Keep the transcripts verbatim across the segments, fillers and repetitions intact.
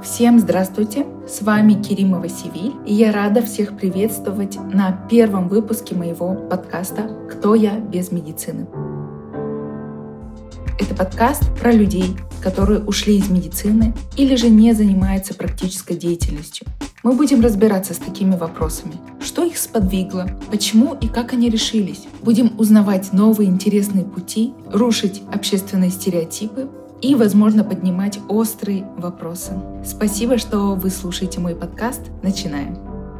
Всем здравствуйте! С вами Керимова Севиль, и я рада всех приветствовать на первом выпуске моего подкаста «Кто я без медицины?». Это подкаст про людей, которые ушли из медицины или же не занимаются практической деятельностью. Мы будем разбираться с такими вопросами. Что их сподвигло, почему и как они решились. Будем узнавать новые интересные пути, рушить общественные стереотипы и, возможно, поднимать острые вопросы. Спасибо, что вы слушаете мой подкаст. Начинаем.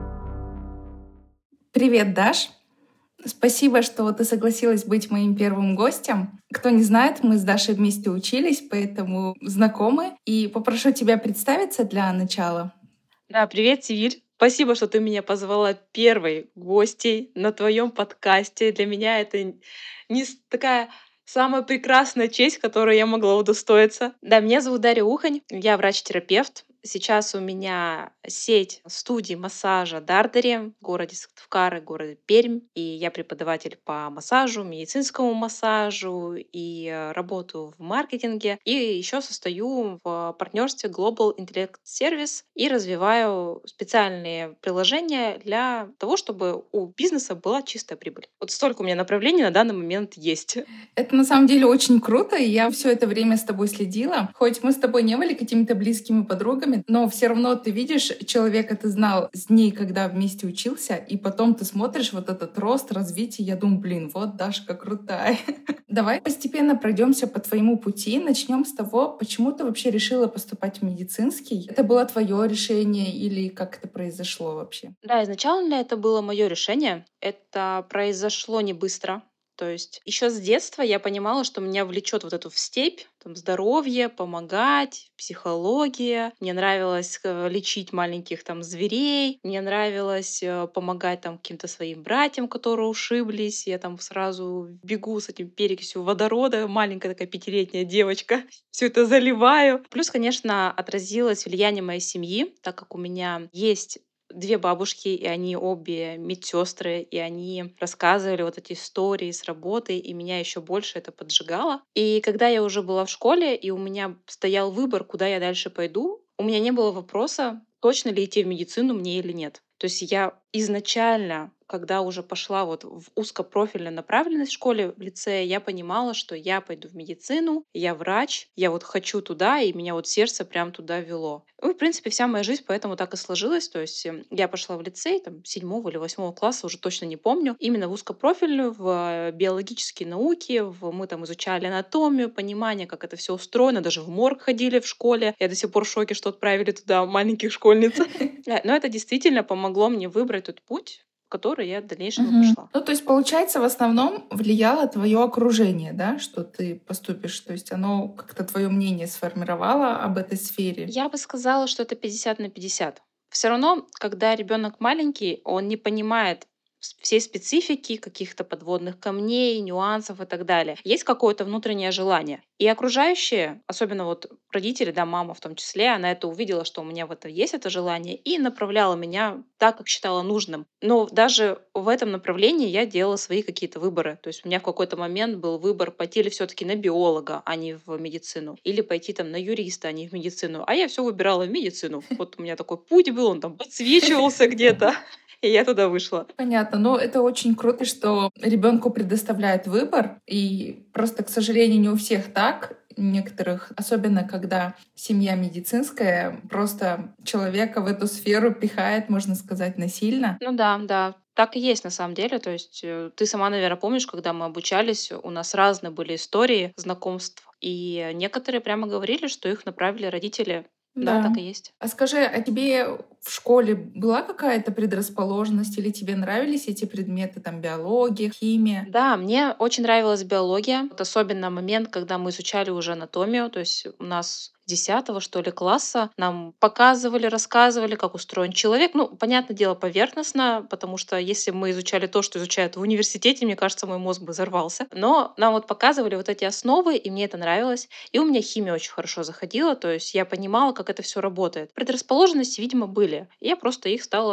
Привет, Даш! Спасибо, что ты согласилась быть моим первым гостем. Кто не знает, мы с Дашей вместе учились, поэтому знакомы. И попрошу тебя представиться для начала. Да, привет, Севиль. Спасибо, что ты меня позвала первой гостьей на твоем подкасте. Для меня это не с- такая самая прекрасная честь, которой я могла удостоиться. Да, меня зовут Дарья Ухань, я врач-терапевт. Сейчас у меня сеть студий массажа Дардари в городе Сыктывкар и городе Пермь. И я преподаватель по массажу, медицинскому массажу и э, работаю в маркетинге. И еще состою в партнерстве Global Intellect Service и развиваю специальные приложения для того, чтобы у бизнеса была чистая прибыль. Вот столько у меня направлений на данный момент есть. Это на самом деле очень круто, и я все это время с тобой следила. Хоть мы с тобой не были какими-то близкими подругами, но все равно ты видишь человека, ты знал с ней, когда вместе учился, и потом ты смотришь вот этот рост, развитие, я думаю, блин, вот Дашка крутая. Давай постепенно пройдемся по твоему пути. Начнем с того, почему ты вообще решила поступать в медицинский. Это было твое решение или как это произошло вообще? Да, изначально это было мое решение. Это произошло не быстро. То есть еще с детства я понимала, что меня влечет вот эту в степь, там, здоровье, помогать, психология. Мне нравилось э, лечить маленьких там зверей. Мне нравилось э, помогать там каким-то своим братьям, которые ушиблись. Я там сразу бегу с этим перекисью водорода, маленькая такая пятилетняя девочка. Все это заливаю. Плюс, конечно, отразилось влияние моей семьи, так как у меня есть две бабушки, и они обе медсестры, и они рассказывали вот эти истории с работы, и меня еще больше это поджигало. И когда я уже была в школе, и у меня стоял выбор, куда я дальше пойду, у меня не было вопроса, точно ли идти в медицину мне или нет. То есть я изначально, когда уже пошла вот в узкопрофильную направленность в школе, в лицее, я понимала, что я пойду в медицину, я врач, я вот хочу туда, и меня вот сердце прям туда вело. Ну, и, в принципе, вся моя жизнь поэтому так и сложилась. То есть эм, я пошла в лицей, там, седьмого или восьмого класса, уже точно не помню, именно в узкопрофильную, в э, биологические науки, в, мы там изучали анатомию, понимание, как это все устроено, даже в морг ходили в школе. Я до сих пор в шоке, что отправили туда маленьких школьниц. Э, Но это действительно помогло мне выбрать тот путь, в который я в дальнейшем и Мгм. пошла. Ну, то есть, получается, в основном влияло твое окружение, да, что ты поступишь. То есть оно как-то твое мнение сформировало об этой сфере. Я бы сказала, что это пятьдесят на пятьдесят. Все равно, когда ребенок маленький, он не понимает с- всей специфики каких-то подводных камней, нюансов и так далее. Есть какое-то внутреннее желание. И окружающие, особенно вот родители, да, мама в том числе, она это увидела, что у меня в этом есть это желание, и направляла меня так, как считала нужным. Но даже в этом направлении я делала свои какие-то выборы. То есть у меня в какой-то момент был выбор пойти ли все-таки на биолога, а не в медицину, или пойти там на юриста, а не в медицину. А я все выбирала в медицину. Вот у меня такой путь был, он там подсвечивался где-то, и я туда вышла. Понятно, но это очень круто, что ребенку предоставляют выбор, и просто, к сожалению, не у всех так. Некоторых, особенно когда семья медицинская, просто человека в эту сферу пихает, можно сказать, насильно. Ну да, да, так и есть на самом деле. То есть э, ты сама, наверное, помнишь, когда мы обучались, у нас разные были истории знакомств, и некоторые прямо говорили, что их направили родители. Да, Да. так и есть. А скажи, а тебе в школе была какая-то предрасположенность или тебе нравились эти предметы, там, биология, химия? Да, мне очень нравилась биология. Вот особенно момент, когда мы изучали уже анатомию. То есть у нас с десятого, что ли, класса нам показывали, рассказывали, как устроен человек. Ну, понятное дело, поверхностно, потому что если мы изучали то, что изучают в университете, мне кажется, мой мозг бы взорвался. Но нам вот показывали вот эти основы, и мне это нравилось. И у меня химия очень хорошо заходила, то есть я понимала, как это все работает. Предрасположенности, видимо, были. И я просто их стала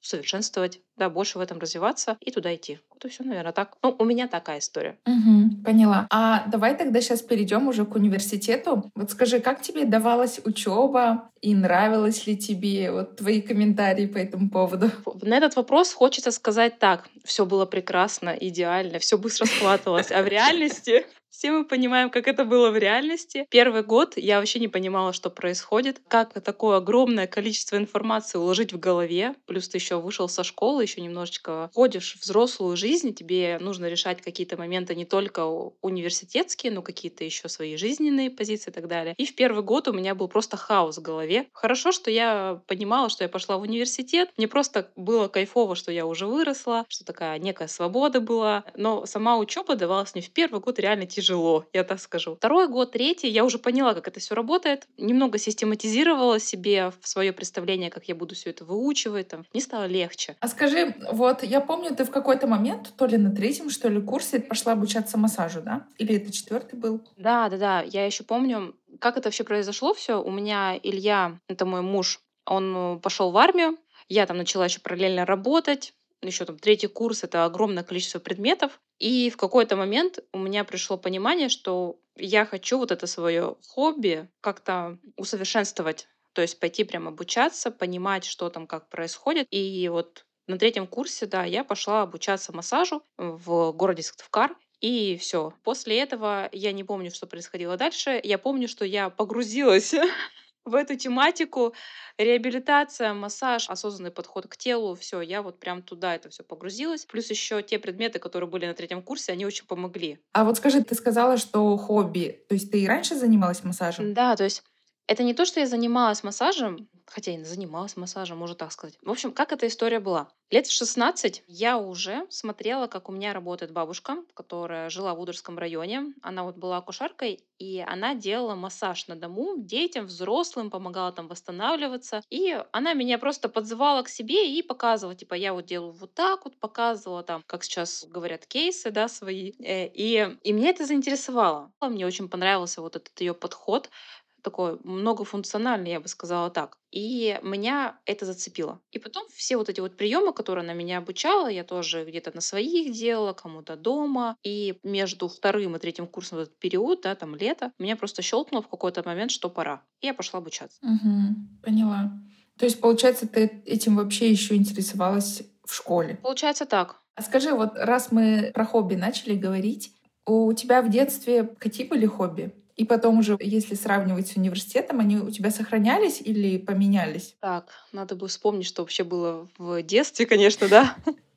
совершенствовать, да, больше в этом развиваться и туда идти. Вот и все, наверное, так. Ну, у меня такая история. Мгм, поняла. А давай тогда сейчас перейдем уже к университету. Вот скажи, как тебе давалась учеба и нравилось ли тебе? Вот твои комментарии по этому поводу. В- На этот вопрос хочется сказать так. Все было прекрасно, идеально, все быстро схватывалось. А в реальности все мы понимаем, как это было в реальности. Первый год я вообще не понимала, что происходит, как такое огромное количество информации уложить в голове. Плюс ты еще вышел со школы, еще немножечко входишь в взрослую жизнь, тебе нужно решать какие-то моменты не только у- университетские, но какие-то еще свои жизненные позиции и так далее. И в первый год у меня был просто хаос в голове. Хорошо, что я понимала, что я пошла в университет. Мне просто было кайфово, что я уже выросла, что такая некая свобода была. Но сама учеба давалась мне в первый год реально тяжело, я так скажу. Второй год, третий, я уже поняла, как это все работает. Немного систематизировала себе в свое представление, как я буду все это выучивать. Там. Мне стало легче. А скажи, вот я помню, ты в какой-то момент, то ли на третьем, что ли, курсе пошла обучаться массажу, да? Или это четвертый был? Да, да, да. Я еще помню, как это вообще произошло все. У меня Илья, это мой муж, он пошел в армию. Я там начала еще параллельно работать. Еще там третий курс, это огромное количество предметов. И в какой-то момент у меня пришло понимание, что я хочу вот это свое хобби как-то усовершенствовать. То есть пойти прям обучаться, понимать, что там как происходит. И вот на третьем курсе, да, я пошла обучаться массажу в городе Сыктывкар. И все. После этого я не помню, что происходило дальше. Я помню, что я погрузилась в эту тематику. Реабилитация, массаж, осознанный подход к телу. Все, я вот прям туда это все погрузилась. Плюс еще те предметы, которые были на третьем курсе, они очень помогли. А вот скажи, ты сказала, что хобби. То есть ты и раньше занималась массажем? Да, то есть это не то, что я занималась массажем, хотя и занималась массажем, можно так сказать. В общем, как эта история была? Лет в шестнадцать я уже смотрела, как у меня работает бабушка, которая жила в Удорском районе. Она вот была акушеркой, и она делала массаж на дому детям, взрослым, помогала там восстанавливаться. И она меня просто подзывала к себе и показывала, типа, я вот делаю вот так вот, показывала там, как сейчас говорят, кейсы, да, свои. Э, И, и мне это заинтересовало. Мне очень понравился вот этот ее подход, такой многофункциональный, я бы сказала так. И меня это зацепило. И потом все вот эти вот приемы, которые она меня обучала, я тоже где-то на своих делала, кому-то дома. И между вторым и третьим курсом в этот период, да, там лето, меня просто щелкнуло в какой-то момент, что пора. И я пошла обучаться. Мгм, поняла. То есть, получается, ты этим вообще еще интересовалась в школе? Получается так. А скажи, вот раз мы про хобби начали говорить, у тебя в детстве какие были хобби? И потом уже, если сравнивать с университетом, они у тебя сохранялись или поменялись? Так, надо бы вспомнить, что вообще было в детстве, конечно, да.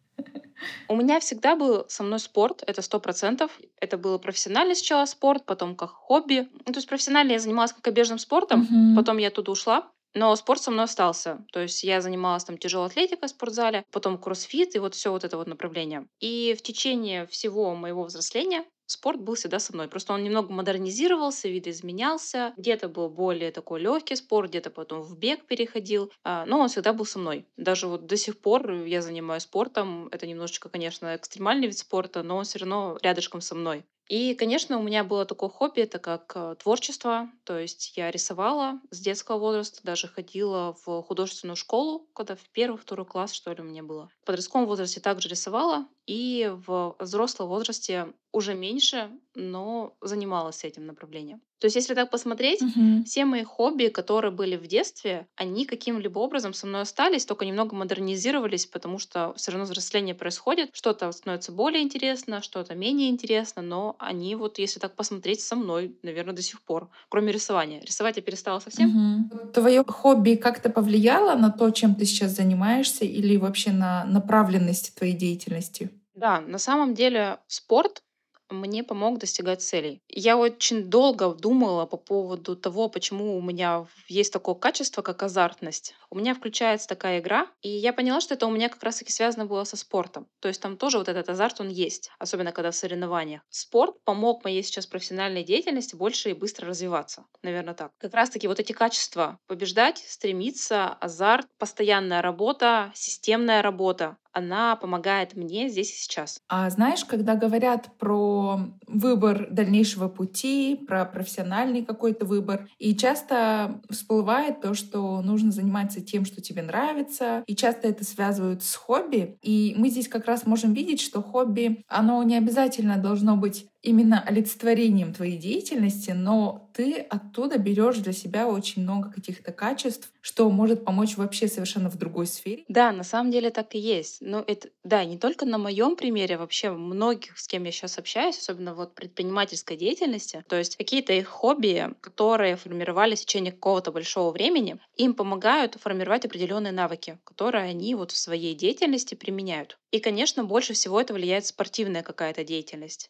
У меня всегда был со мной спорт, это сто процентов. Это был профессиональный сначала спорт, потом как хобби. Ну, то есть профессионально я занималась конькобежным спортом, Мгм. потом я оттуда ушла, но спорт со мной остался. То есть я занималась там тяжелой атлетикой в спортзале, потом кроссфит и вот все вот это вот направление. И в течение всего моего взросления спорт был всегда со мной. Просто он немного модернизировался, видоизменялся. Где-то был более такой легкий спорт, где-то потом в бег переходил. А, Но он всегда был со мной. Даже вот до сих пор я занимаюсь спортом. Это немножечко, конечно, экстремальный вид спорта, но он все равно рядышком со мной. И, конечно, у меня было такое хобби, это как э, творчество. То есть я рисовала с детского возраста, даже ходила в художественную школу, когда в первый, второй класс, что ли, мне было. В подростковом возрасте также рисовала, и в взрослом возрасте уже меньше, но занималась этим направлением. То есть, если так посмотреть, Мгм. все мои хобби, которые были в детстве, они каким-либо образом со мной остались, только немного модернизировались, потому что все равно взросление происходит. Что-то становится более интересно, что-то менее интересно, но они вот, если так посмотреть, со мной, наверное, до сих пор. Кроме рисования. Рисовать я перестала совсем. Мгм. Твое хобби как-то повлияло на то, чем ты сейчас занимаешься, или вообще на направленность твоей деятельности? Да, на самом деле спорт мне помог достигать целей. Я очень долго думала по поводу того, почему у меня в- есть такое качество, как азартность. У меня включается такая игра, и я поняла, что это у меня как раз-таки связано было со спортом. То есть там тоже вот этот азарт, он есть, особенно когда в соревнованиях. Спорт помог моей сейчас профессиональной деятельности больше и быстро развиваться. Наверное, так. Как раз-таки вот эти качества — побеждать, стремиться, азарт, постоянная работа, системная работа — она помогает мне здесь и сейчас. А знаешь, когда говорят про выбор дальнейшего пути, про профессиональный какой-то выбор, и часто всплывает то, что нужно заниматься тем, что тебе нравится, и часто это связывают с хобби. И мы здесь как раз можем видеть, что хобби, оно не обязательно должно быть именно олицетворением твоей деятельности, но ты оттуда берешь для себя очень много каких-то качеств, что может помочь вообще совершенно в другой сфере. Да, на самом деле так и есть. Но это, да, не только на моем примере, а вообще многих, с кем я сейчас общаюсь, особенно вот предпринимательской деятельности, то есть какие-то их хобби, которые формировались в течение какого-то большого времени, им помогают формировать определенные навыки, которые они вот в своей деятельности применяют. И, конечно, больше всего это влияет спортивная какая-то деятельность.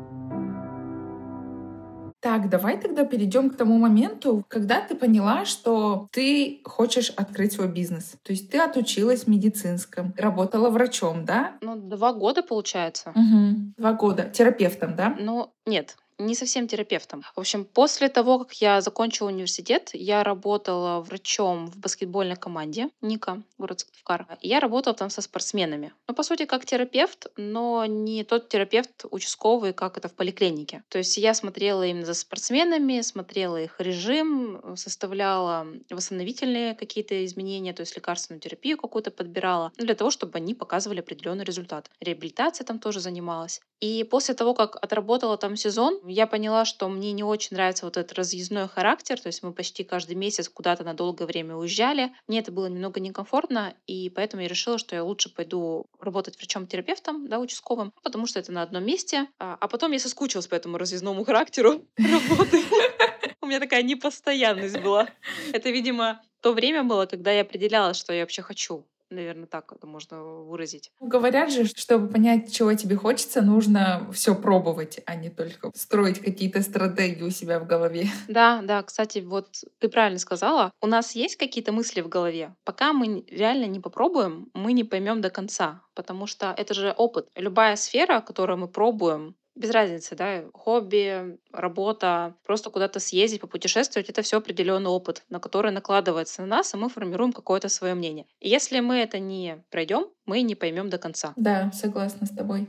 Так, давай тогда перейдем к тому моменту, когда ты поняла, что ты хочешь открыть свой бизнес. То есть ты отучилась в медицинском, работала врачом, да? Ну, два года получается. Угу. Два года. Терапевтом, да? Ну, нет, не совсем терапевтом. В общем, после того, как я закончила университет, я работала врачом в баскетбольной команде Ника, город Сыктывкар. И я работала там со спортсменами. Ну, по сути, как терапевт, но не тот терапевт участковый, как это в поликлинике. То есть я смотрела именно за спортсменами, смотрела их режим, составляла восстановительные какие-то изменения, то есть лекарственную терапию какую-то подбирала, ну, для того, чтобы они показывали определенный результат. Реабилитация там тоже занималась. И после того, как отработала там сезон, я поняла, что мне не очень нравится вот этот разъездной характер, то есть мы почти каждый месяц куда-то на долгое время уезжали. Мне это было немного некомфортно, и поэтому я решила, что я лучше пойду работать врачом-терапевтом, да, участковым, потому что это на одном месте. А а потом я соскучилась по этому разъездному характеру работы. У меня такая непостоянность была. Это, видимо, то время было, когда я определяла, что я вообще хочу. Наверное, так это можно выразить. Говорят же, чтобы понять, чего тебе хочется, нужно все пробовать, а не только строить какие-то стратегии у себя в голове. Да, да, кстати, вот ты правильно сказала. У нас есть какие-то мысли в голове. Пока мы н- реально не попробуем, мы не поймем до конца, потому что это же опыт. Любая сфера, которую мы пробуем, без разницы, да, хобби, работа, просто куда-то съездить, попутешествовать, это все определенный опыт, на который накладывается на нас, и мы формируем какое-то свое мнение. И если мы это не пройдем, мы не поймем до конца. Да, согласна с тобой.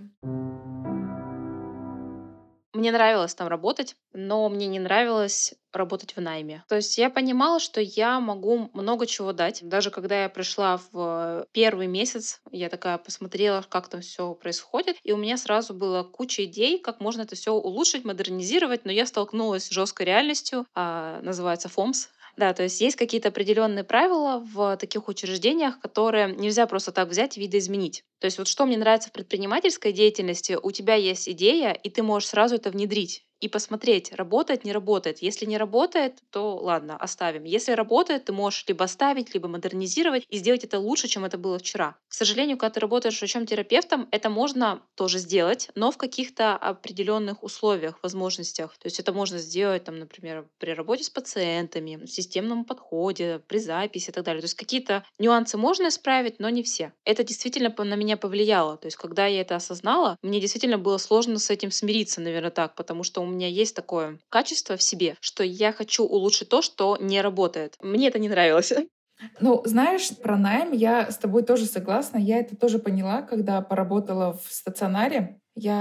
Мне нравилось там работать, но мне не нравилось работать в найме. То есть я понимала, что я могу много чего дать. Даже когда я пришла в первый месяц, я такая посмотрела, как там все происходит, и у меня сразу было куча идей, как можно это все улучшить, модернизировать, но я столкнулась с жесткой реальностью, а, называется ФОМС. Да, то есть есть какие-то определенные правила в таких учреждениях, которые нельзя просто так взять и видоизменить. То есть вот что мне нравится в предпринимательской деятельности, у тебя есть идея, и ты можешь сразу это внедрить и посмотреть, работает, не работает. Если не работает, то ладно, оставим. Если работает, ты можешь либо оставить, либо модернизировать и сделать это лучше, чем это было вчера. К сожалению, когда ты работаешь врачом-терапевтом, это можно тоже сделать, но в каких-то определенных условиях, возможностях. То есть это можно сделать, там, например, при работе с пациентами, в системном подходе, при записи и так далее. То есть какие-то нюансы можно исправить, но не все. Это действительно по- на меня повлияло. То есть когда я это осознала, мне действительно было сложно с этим смириться, наверное, так, потому что у меня есть такое качество в себе, что я хочу улучшить то, что не работает. Мне это не нравилось. Ну, знаешь, про найм я с тобой тоже согласна. Я это тоже поняла, когда поработала в стационаре.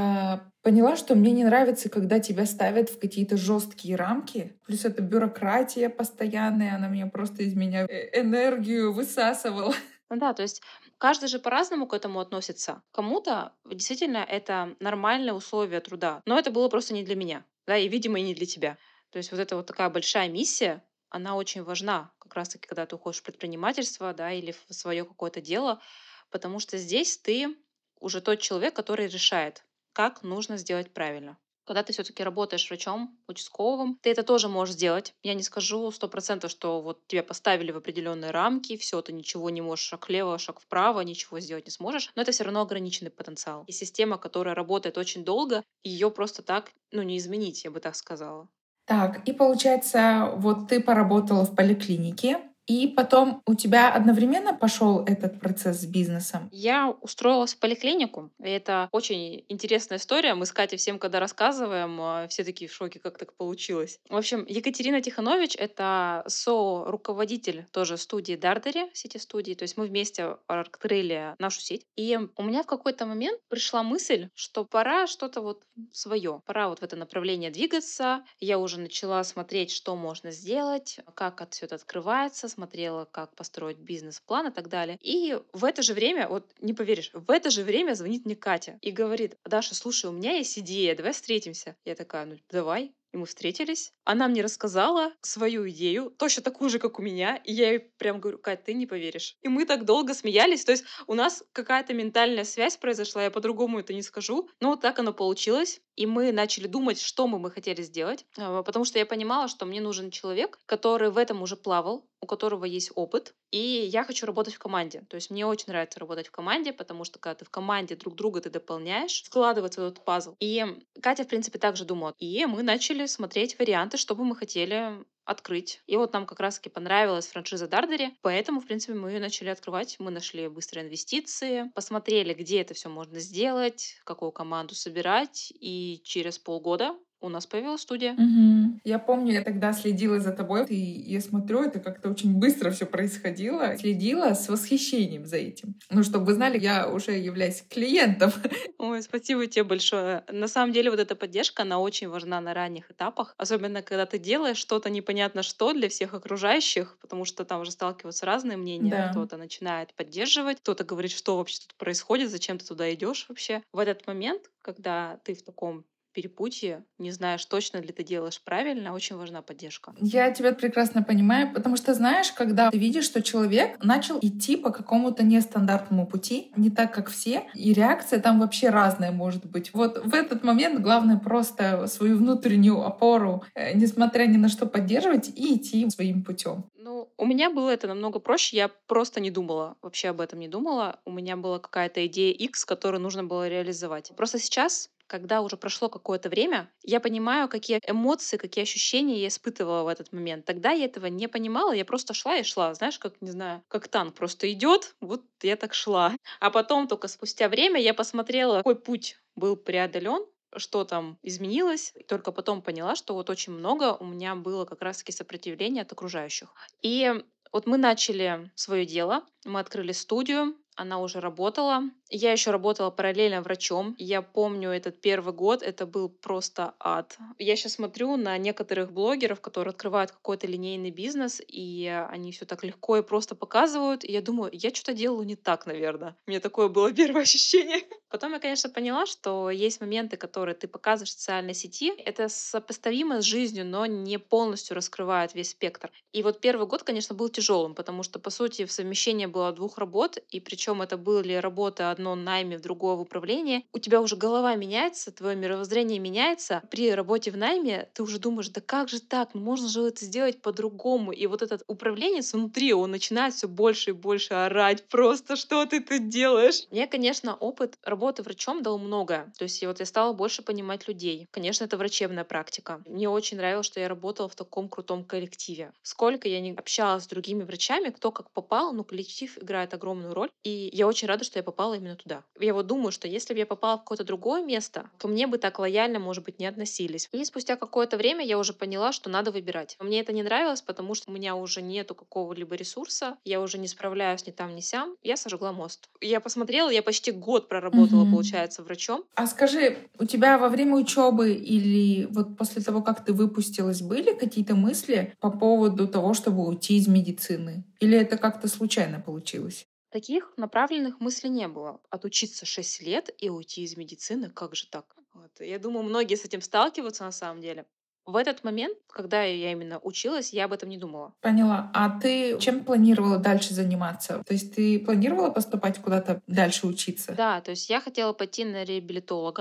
Я поняла, что мне не нравится, когда тебя ставят в какие-то жесткие рамки. Плюс это бюрократия постоянная, она меня просто из меня э, энергию высасывала. Ну да, то есть каждый же по-разному к этому относится. Кому-то действительно это нормальные условия труда, но это было просто не для меня, да, и, видимо, и не для тебя. То есть вот эта вот такая большая миссия, она очень важна, как раз-таки, когда ты уходишь в предпринимательство, да, или в свое какое-то дело, потому что здесь ты уже тот человек, который решает, как нужно сделать правильно. Когда ты все-таки работаешь врачом участковым, ты это тоже можешь сделать. Я не скажу сто процентов, что вот тебя поставили в определенные рамки, все, ты ничего не можешь, шаг влево, шаг вправо, ничего сделать не сможешь, но это все равно ограниченный потенциал. И система, которая работает очень долго, ее просто так, ну, не изменить, я бы так сказала. Так, и получается, вот ты поработала в поликлинике, И потом у тебя одновременно пошел этот процесс с бизнесом? Я устроилась в поликлинику. И это очень интересная история. Мы с Катей всем, когда рассказываем, а, все такие в шоке, как так получилось. В общем, Екатерина Тиханович — это со-руководитель тоже студии Дардери, сети студии. То есть мы вместе открыли нашу сеть. И у меня в какой-то момент пришла мысль, что пора что-то вот свое. Пора вот в это направление двигаться. Я уже начала смотреть, что можно сделать, как отсюда открывается, смотрела, как построить бизнес-план и так далее. И в это же время, вот не поверишь, в это же время звонит мне Катя и говорит: Даша, слушай, у меня есть идея, давай встретимся. Я такая, ну давай. И мы встретились. Она мне рассказала свою идею, точно такую же, как у меня. И я ей прям говорю: Кать, ты не поверишь. И мы так долго смеялись. То есть у нас какая-то ментальная связь произошла, я по-другому это не скажу. Но вот так оно получилось. И мы начали думать, что мы бы хотели сделать. А, Потому что я понимала, что мне нужен человек, который в этом уже плавал, у которого есть опыт. И я хочу работать в команде. То есть мне очень нравится работать в команде, потому что когда ты в команде, друг друга ты дополняешь, складывается этот пазл. И Катя, в принципе, также думала. И мы начали смотреть варианты, что бы мы хотели открыть. И вот нам как раз-таки понравилась франшиза Дардери, поэтому, в принципе, мы ее начали открывать. Мы нашли быстрые инвестиции, посмотрели, где это все можно сделать, какую команду собирать, и через полгода у нас появилась студия. Мгм. Я помню, я тогда следила за тобой, и я смотрю, это как-то очень быстро все происходило. Следила с восхищением за этим. Ну, чтобы вы знали, я уже являюсь клиентом. Ой, спасибо тебе большое. На самом деле вот эта поддержка, она очень важна на ранних этапах, особенно когда ты делаешь что-то непонятно что для всех окружающих, потому что там уже сталкиваются разные мнения. Да. Кто-то начинает поддерживать, кто-то говорит, что вообще тут происходит, зачем ты туда идешь вообще. В этот момент, когда ты в таком перепутье, не знаешь, точно ли ты делаешь правильно, очень важна поддержка. Я тебя прекрасно понимаю, потому что, знаешь, когда ты видишь, что человек начал идти по какому-то нестандартному пути, не так, как все, и реакция там вообще разная может быть. Вот в этот момент главное просто свою внутреннюю опору, э, несмотря ни на что, поддерживать и идти своим путем. Ну, у меня было это намного проще. Я просто не думала, вообще об этом не думала. У меня была какая-то идея X, которую нужно было реализовать. Просто сейчас, когда уже прошло какое-то время, я понимаю, какие эмоции, какие ощущения я испытывала в этот момент. Тогда я этого не понимала, я просто шла и шла. Знаешь, как, не знаю, как танк просто идет, вот я так шла. А потом только спустя время я посмотрела, какой путь был преодолен, что там изменилось. И только потом поняла, что вот очень много у меня было как раз-таки сопротивления от окружающих. И вот мы начали свое дело, мы открыли студию, она уже работала. Я еще работала параллельно врачом. Я помню этот первый год, это был просто ад. Я сейчас смотрю на некоторых блогеров, которые открывают какой-то линейный бизнес, и они все так легко и просто показывают. И я думаю, я что-то делаю не так, наверное. У меня такое было первое ощущение. Потом я, конечно, поняла, что есть моменты, которые ты показываешь в социальной сети. Это сопоставимо с жизнью, но не полностью раскрывает весь спектр. И вот первый год, конечно, был тяжелым, потому что, по сути, в совмещении было двух работ, и причем это были работы одно в найме, в другое в управлении. У тебя уже голова меняется, твое мировоззрение меняется. При работе в найме ты уже думаешь, да как же так, ну можно же это сделать по-другому. И вот этот управленец внутри, он начинает все больше и больше орать, просто что ты тут делаешь? Мне, конечно, опыт работы врачом дал многое. То есть и вот я стала больше понимать людей. Конечно, это врачебная практика. Мне очень нравилось, что я работала в таком крутом коллективе. Сколько я не общалась с другими врачами, кто как попал, но коллектив играет огромную роль. И я очень рада, что я попала именно туда. Я вот думаю, что если бы я попала в какое-то другое место, то мне бы так лояльно, может быть, не относились. И спустя какое-то время я уже поняла, что надо выбирать. Мне это не нравилось, потому что у меня уже нету какого-либо ресурса, я уже не справляюсь ни там, ни сям. Я сожгла мост. Я посмотрела, я почти год проработала, Мгм. получается, врачом. А скажи, у тебя во время учебы или вот после того, как ты выпустилась, были какие-то мысли по поводу того, чтобы уйти из медицины? Или это как-то случайно получилось? Таких направленных мыслей не было. Отучиться шесть лет и уйти из медицины, как же так? Вот. Я думаю, многие с этим сталкиваются на самом деле. В этот момент, когда я именно училась, я об этом не думала. Поняла. А ты чем планировала дальше заниматься? То есть ты планировала поступать куда-то дальше учиться? Да, то есть я хотела пойти на реабилитолога.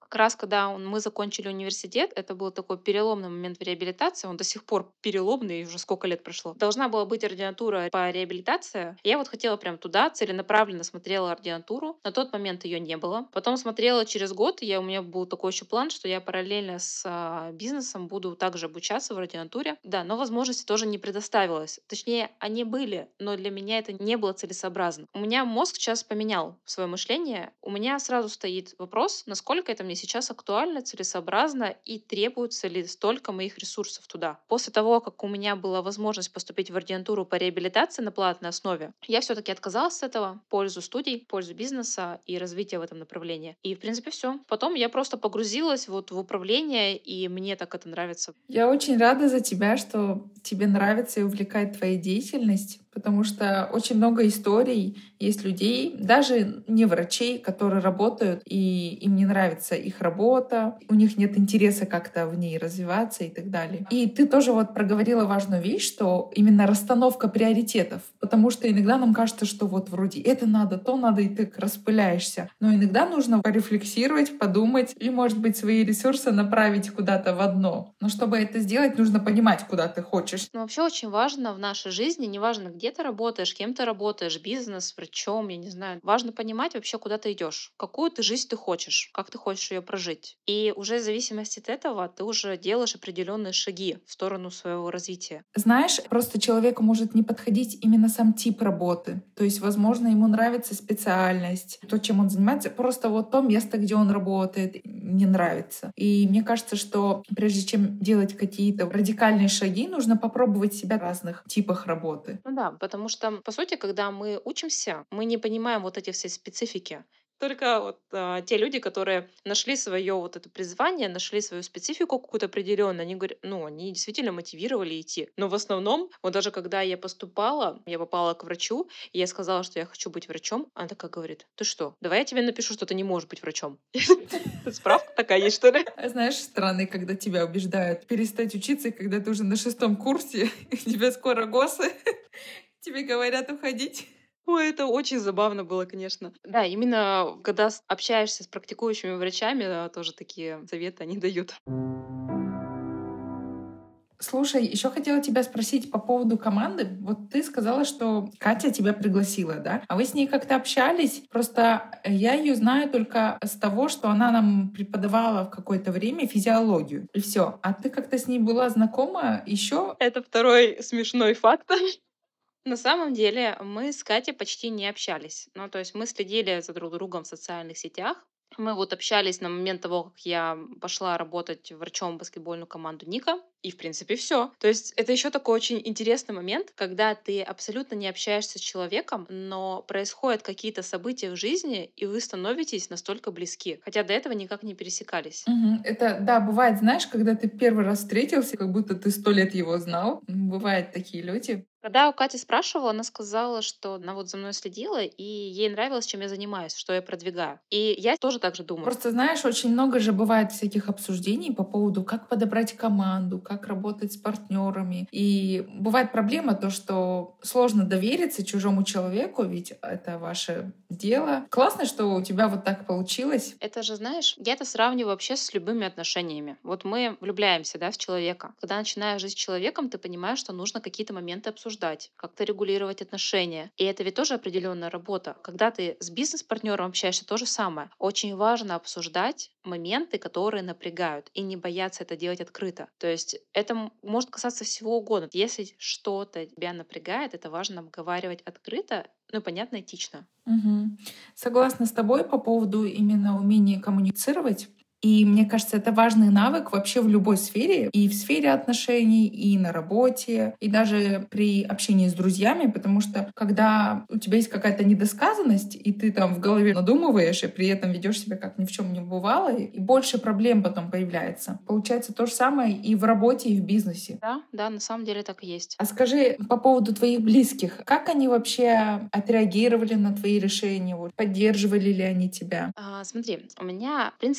Как раз когда он- мы закончили университет, это был такой переломный момент в реабилитации, он до сих пор переломный, уже сколько лет прошло. Должна была быть ординатура по реабилитации. Я вот хотела прям туда, целенаправленно смотрела ординатуру. На тот момент ее не было. Потом смотрела через год, я, у меня был такой еще план, что я параллельно с а, бизнесом буду также обучаться в ординатуре. Да, но возможности тоже не предоставилось. Точнее, они были, но для меня это не было целесообразно. У меня мозг сейчас поменял свое мышление. У меня сразу стоит вопрос, насколько это мне сейчас актуально, целесообразно и требуется ли столько моих ресурсов туда. После того, как у меня была возможность поступить в ординатуру по реабилитации на платной основе, я все-таки отказалась от этого в пользу студий, в пользу бизнеса и развития в этом направлении. И, в принципе, все. Потом я просто погрузилась вот в управление, и мне так это нравится. Я очень рада за тебя, что тебе нравится и увлекает твоя деятельность, потому что очень много историй есть людей, даже не врачей, которые работают, и им не нравится их работа, у них нет интереса как-то в ней развиваться и так далее. И ты тоже вот проговорила важную вещь, что именно расстановка приоритетов, потому что иногда нам кажется, что вот вроде это надо, то надо, и ты распыляешься. Но иногда нужно порефлексировать, подумать и, может быть, свои ресурсы направить куда-то в одно. Но чтобы это сделать, нужно понимать, куда ты хочешь. Но вообще очень важно в нашей жизни, неважно, где ты работаешь, кем ты работаешь, бизнес, врачом, я не знаю, важно понимать вообще, куда ты идешь, какую ты жизнь ты хочешь, как ты хочешь ее прожить. И уже в зависимости от этого ты уже делаешь определенные шаги в сторону своего развития. Знаешь, просто человеку может не подходить именно сам тип работы. То есть, возможно, ему нравится специальность, то, чем он занимается, просто вот то место, где он работает, не нравится. И мне кажется, что прежде чем делать какие-то радикальные шаги, нужно попробовать себя в разных типах работы. Ну да, потому что, по сути, когда мы учимся, мы не понимаем вот эти все специфики. Только вот а, те люди, которые нашли свое вот это призвание, нашли свою специфику какую-то определенную, они говорят, ну, они действительно мотивировали идти. Но в основном, вот даже когда я поступала, я попала к врачу, и я сказала, что я хочу быть врачом, она такая говорит, ты что, давай я тебе напишу, что ты не можешь быть врачом. Справка такая есть, что ли? А знаешь, страны, когда тебя убеждают перестать учиться, когда ты уже на шестом курсе, у тебя скоро госы, тебе говорят уходить. Ой, это очень забавно было, конечно. Да, именно когда с- общаешься с практикующими врачами, а, тоже такие советы они дают. Слушай, еще хотела тебя спросить по поводу команды. Вот ты сказала, что Катя тебя пригласила, да? А вы с ней как-то общались? Просто я ее знаю только с того, что она нам преподавала в какое-то время физиологию. И все. А ты как-то с ней была знакома еще? Это второй смешной факт. На самом деле мы с Катей почти не общались. Ну, то есть мы следили за друг другом в социальных сетях. Мы вот общались на момент того, как я пошла работать врачом в баскетбольную команду Ника. И, в принципе, все. То есть это еще такой очень интересный момент, когда ты абсолютно не общаешься с человеком, но происходят какие-то события в жизни, и вы становитесь настолько близки. Хотя до этого никак не пересекались. Мгм. Это, да, бывает, знаешь, когда ты первый раз встретился, как будто ты сто лет его знал. М, Бывают такие люди. Когда у Кати спрашивала, она сказала, что она вот за мной следила, и ей нравилось, чем я занимаюсь, что я продвигаю. И я тоже так же думаю. Просто, знаешь, очень много же бывает всяких обсуждений по поводу, как подобрать команду, как работать с партнерами. И бывает проблема то, что сложно довериться чужому человеку, ведь это ваше дело. Классно, что у тебя вот так получилось. Это же, знаешь, я это сравниваю вообще с любыми отношениями. Вот мы влюбляемся, да, в человека. Когда начинаешь жить с человеком, ты понимаешь, что нужно какие-то моменты обсуждать, как-то регулировать отношения. И это ведь тоже определенная работа. Когда ты с бизнес-партнером общаешься, то же самое. Очень важно обсуждать моменты, которые напрягают, и не бояться это делать открыто. То есть это м- может касаться всего угодно. Если что-то тебя напрягает, это важно обговаривать открыто, ну и, понятно, этично. Мгм. Согласна с тобой по поводу именно умения коммуницировать. И мне кажется, это важный навык вообще в любой сфере, и в сфере отношений, и на работе, и даже при общении с друзьями, потому что когда у тебя есть какая-то недосказанность, и ты там в голове надумываешь, и при этом ведешь себя как ни в чем не бывало, и больше проблем потом появляется. Получается то же самое и в работе, и в бизнесе. Да, да, на самом деле так и есть. А скажи по поводу твоих близких, как они вообще отреагировали на твои решения? Вот поддерживали ли они тебя? А, смотри, у меня, в принципе, все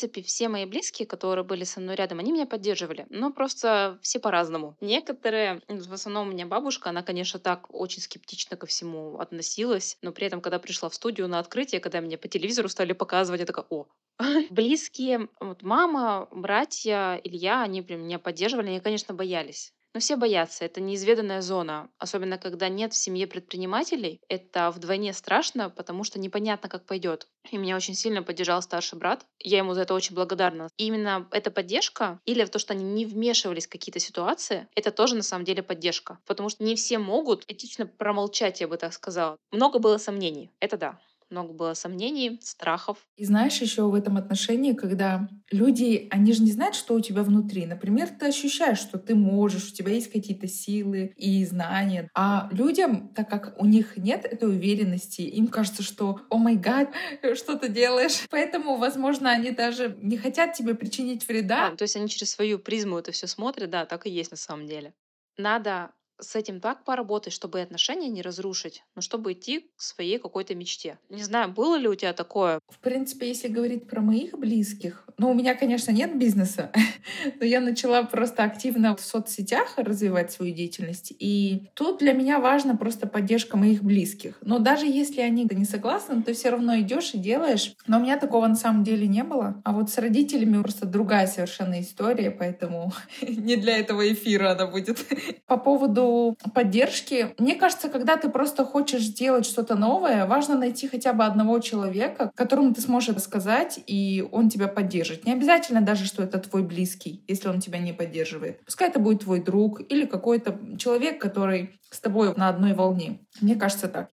мои близкие, которые были со мной рядом, они меня поддерживали, но просто все по-разному. Некоторые, м, в основном у меня бабушка, она, конечно, так очень скептично ко всему относилась, но при этом, когда пришла в студию на открытие, когда меня по телевизору стали показывать, я такая: о! Близкие, вот мама, братья, Илья, они прям меня поддерживали, они, конечно, боялись. Но все боятся, это неизведанная зона. Особенно, когда нет в семье предпринимателей, это вдвойне страшно, потому что непонятно, как пойдет. И меня очень сильно поддержал старший брат. Я ему за это очень благодарна. И именно эта поддержка, или то, что они не вмешивались в какие-то ситуации, это тоже на самом деле поддержка. Потому что не все могут этично промолчать, я бы так сказала. Много было сомнений, это да. Много было сомнений, страхов. И знаешь, еще в этом отношении, когда люди, они же не знают, что у тебя внутри. Например, ты ощущаешь, что ты можешь, у тебя есть какие-то силы и знания. А людям, так как у них нет этой уверенности, им кажется, что «О май гад, что ты делаешь?» Поэтому, возможно, они даже не хотят тебе причинить вреда. Да, то есть они через свою призму это все смотрят, да, так и есть на самом деле. Надо с этим так поработать, чтобы и отношения не разрушить, но чтобы идти к своей какой-то мечте. Не знаю, было ли у тебя такое? В принципе, если говорить про моих близких, ну, у меня, конечно, нет бизнеса, но я начала просто активно в соцсетях развивать свою деятельность. И тут для меня важна просто поддержка моих близких. Но даже если они не согласны, ты все равно идешь и делаешь. Но у меня такого на самом деле не было. А вот с родителями просто другая совершенно история, поэтому не для этого эфира она будет. По поводу поддержки, мне кажется, когда ты просто хочешь сделать что-то новое, важно найти хотя бы одного человека, которому ты сможешь это сказать, и он тебя поддержит. Не обязательно даже, что это твой близкий, если он тебя не поддерживает. Пускай это будет твой друг или какой-то человек, который с тобой на одной волне. Мне кажется так.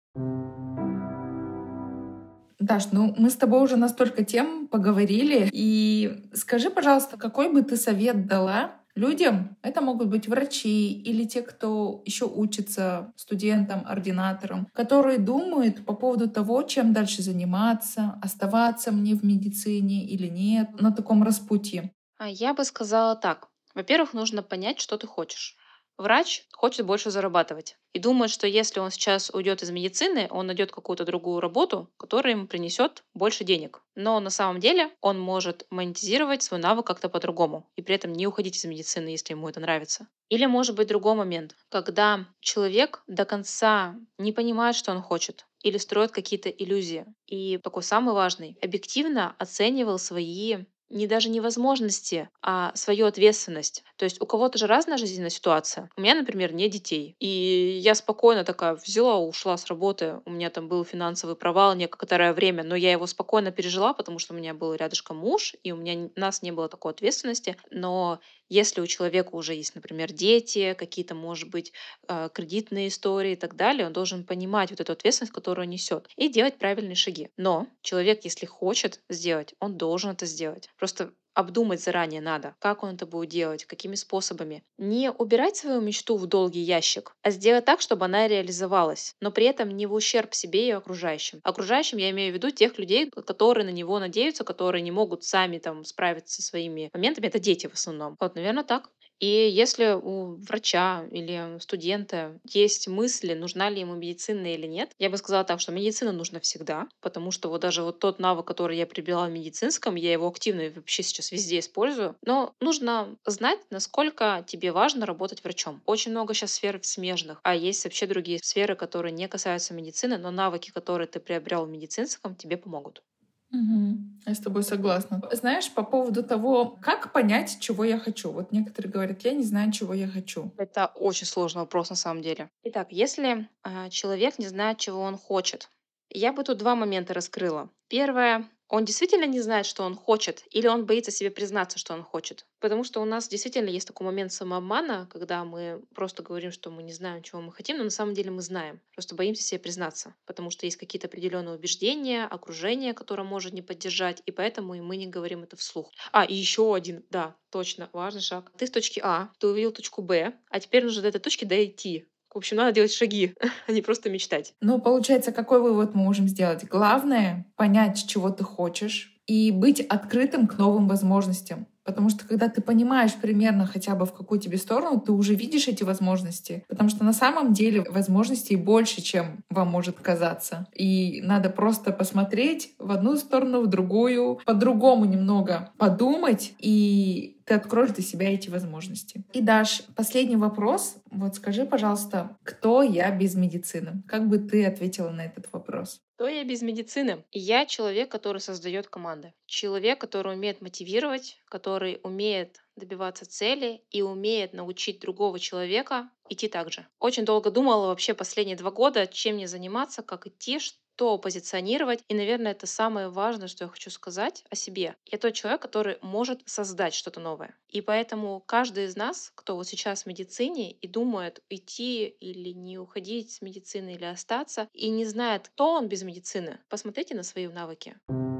Даш, ну мы с тобой уже на столько тем поговорили. И скажи, пожалуйста, какой бы ты совет дала людям? Это могут быть врачи или те, кто еще учится, студентам, ординаторам, которые думают по поводу того, чем дальше заниматься, оставаться мне в медицине или нет, на таком распутье. А я бы сказала так. Во-первых, нужно понять, что ты хочешь. Врач хочет больше зарабатывать и думает, что если он сейчас уйдет из медицины, он найдет какую-то другую работу, которая ему принесет больше денег. Но на самом деле он может монетизировать свой навык как-то по-другому и при этом не уходить из медицины, если ему это нравится. Или может быть другой момент, когда человек до конца не понимает, что он хочет, или строит какие-то иллюзии. И такой самый важный, объективно оценивал свои не даже не возможности, а свою ответственность. То есть у кого-то же разная жизненная ситуация. У меня, например, нет детей. И я спокойно такая взяла, ушла с работы. У меня там был финансовый провал некоторое время, но я его спокойно пережила, потому что у меня был рядышком муж, и у меня н- у нас не было такой ответственности. Но если у человека уже есть, например, дети, какие-то, может быть, э, кредитные истории и так далее, он должен понимать вот эту ответственность, которую он несет, и делать правильные шаги. Но человек, если хочет сделать, он должен это сделать. Просто обдумать заранее надо, как он это будет делать, какими способами. Не убирать свою мечту в долгий ящик, а сделать так, чтобы она реализовалась, но при этом не в ущерб себе и окружающим. Окружающим я имею в виду тех людей, которые на него надеются, которые не могут сами там справиться со своими моментами. Это дети в основном. Вот, наверное, так. И если у врача или студента есть мысли, нужна ли ему медицина или нет, я бы сказала так, что медицина нужна всегда, потому что вот даже вот тот навык, который я приобрела в медицинском, я его активно вообще сейчас везде использую. Но нужно знать, насколько тебе важно работать врачом. Очень много сейчас сфер смежных, а есть вообще другие сферы, которые не касаются медицины, но навыки, которые ты приобрел в медицинском, тебе помогут. Мгм. Я с тобой согласна. Знаешь, по поводу того, как понять, чего я хочу. Вот некоторые говорят, я не знаю, чего я хочу. Это очень сложный вопрос на самом деле. Итак, если а, человек не знает, чего он хочет, я бы тут два момента раскрыла. Первое, он действительно не знает, что он хочет, или он боится себе признаться, что он хочет. Потому что у нас действительно есть такой момент самообмана, когда мы просто говорим, что мы не знаем, чего мы хотим, но на самом деле мы знаем. Просто боимся себе признаться, потому что есть какие-то определенные убеждения, окружение, которое может не поддержать, и поэтому и мы не говорим это вслух. А, и еще один, да, точно, важный шаг. Ты с точки А, ты увидел точку Б, а теперь нужно до этой точки дойти. В общем, надо делать шаги, а не просто мечтать. Ну, получается, какой вывод мы можем сделать? Главное — понять, чего ты хочешь, и быть открытым к новым возможностям. Потому что когда ты понимаешь примерно хотя бы в какую тебе сторону, ты уже видишь эти возможности. Потому что на самом деле возможностей больше, чем вам может казаться. И надо просто посмотреть в одну сторону, в другую, по-другому немного подумать, и ты откроешь для себя эти возможности. И, Даш, последний вопрос. Вот скажи, пожалуйста, кто я без медицины? Как бы ты ответила на этот вопрос? Кто я без медицины? Я человек, который создает команды. Человек, который умеет мотивировать, который умеет добиваться цели и умеет научить другого человека идти так же. Очень долго думала вообще последние два года, чем мне заниматься, как идти, что позиционировать. И, наверное, это самое важное, что я хочу сказать о себе. Я тот человек, который может создать что-то новое. И поэтому каждый из нас, кто вот сейчас в медицине и думает идти или не уходить с медицины, или остаться, и не знает, кто он без медицины, посмотрите на свои навыки.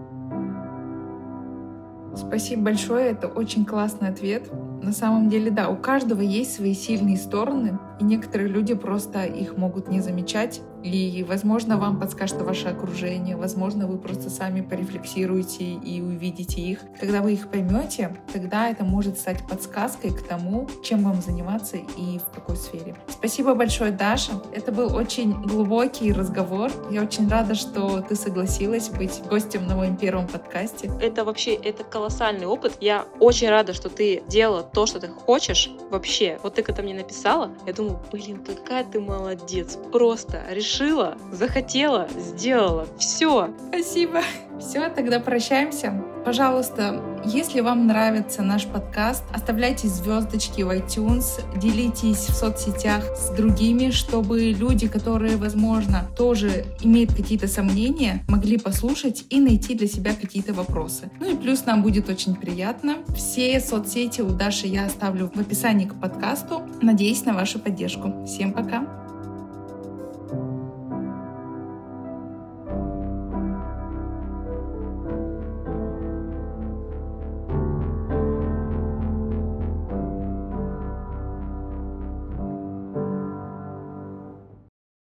Спасибо большое, это очень классный ответ. На самом деле, да, у каждого есть свои сильные стороны, и некоторые люди просто их могут не замечать. И, возможно, вам подскажет ваше окружение, возможно, вы просто сами порефлексируете и увидите их. Когда вы их поймете, тогда это может стать подсказкой к тому, чем вам заниматься и в какой сфере. Спасибо большое, Даша. Это был очень глубокий разговор. Я очень рада, что ты согласилась быть гостем на моем первом подкасте. Это вообще, это колоссальный опыт. Я очень рада, что ты делала то, что ты хочешь вообще. Вот ты когда мне написала, я думаю, блин, какая ты молодец. Просто решила. Решила, захотела, сделала. Все. Спасибо. Все, тогда прощаемся. Пожалуйста, если вам нравится наш подкаст, оставляйте звездочки в iTunes, делитесь в соцсетях с другими, чтобы люди, которые, возможно, тоже имеют какие-то сомнения, могли послушать и найти для себя какие-то вопросы. Ну и плюс нам будет очень приятно. Все соцсети у Даши я оставлю в описании к подкасту. Надеюсь на вашу поддержку. Всем пока!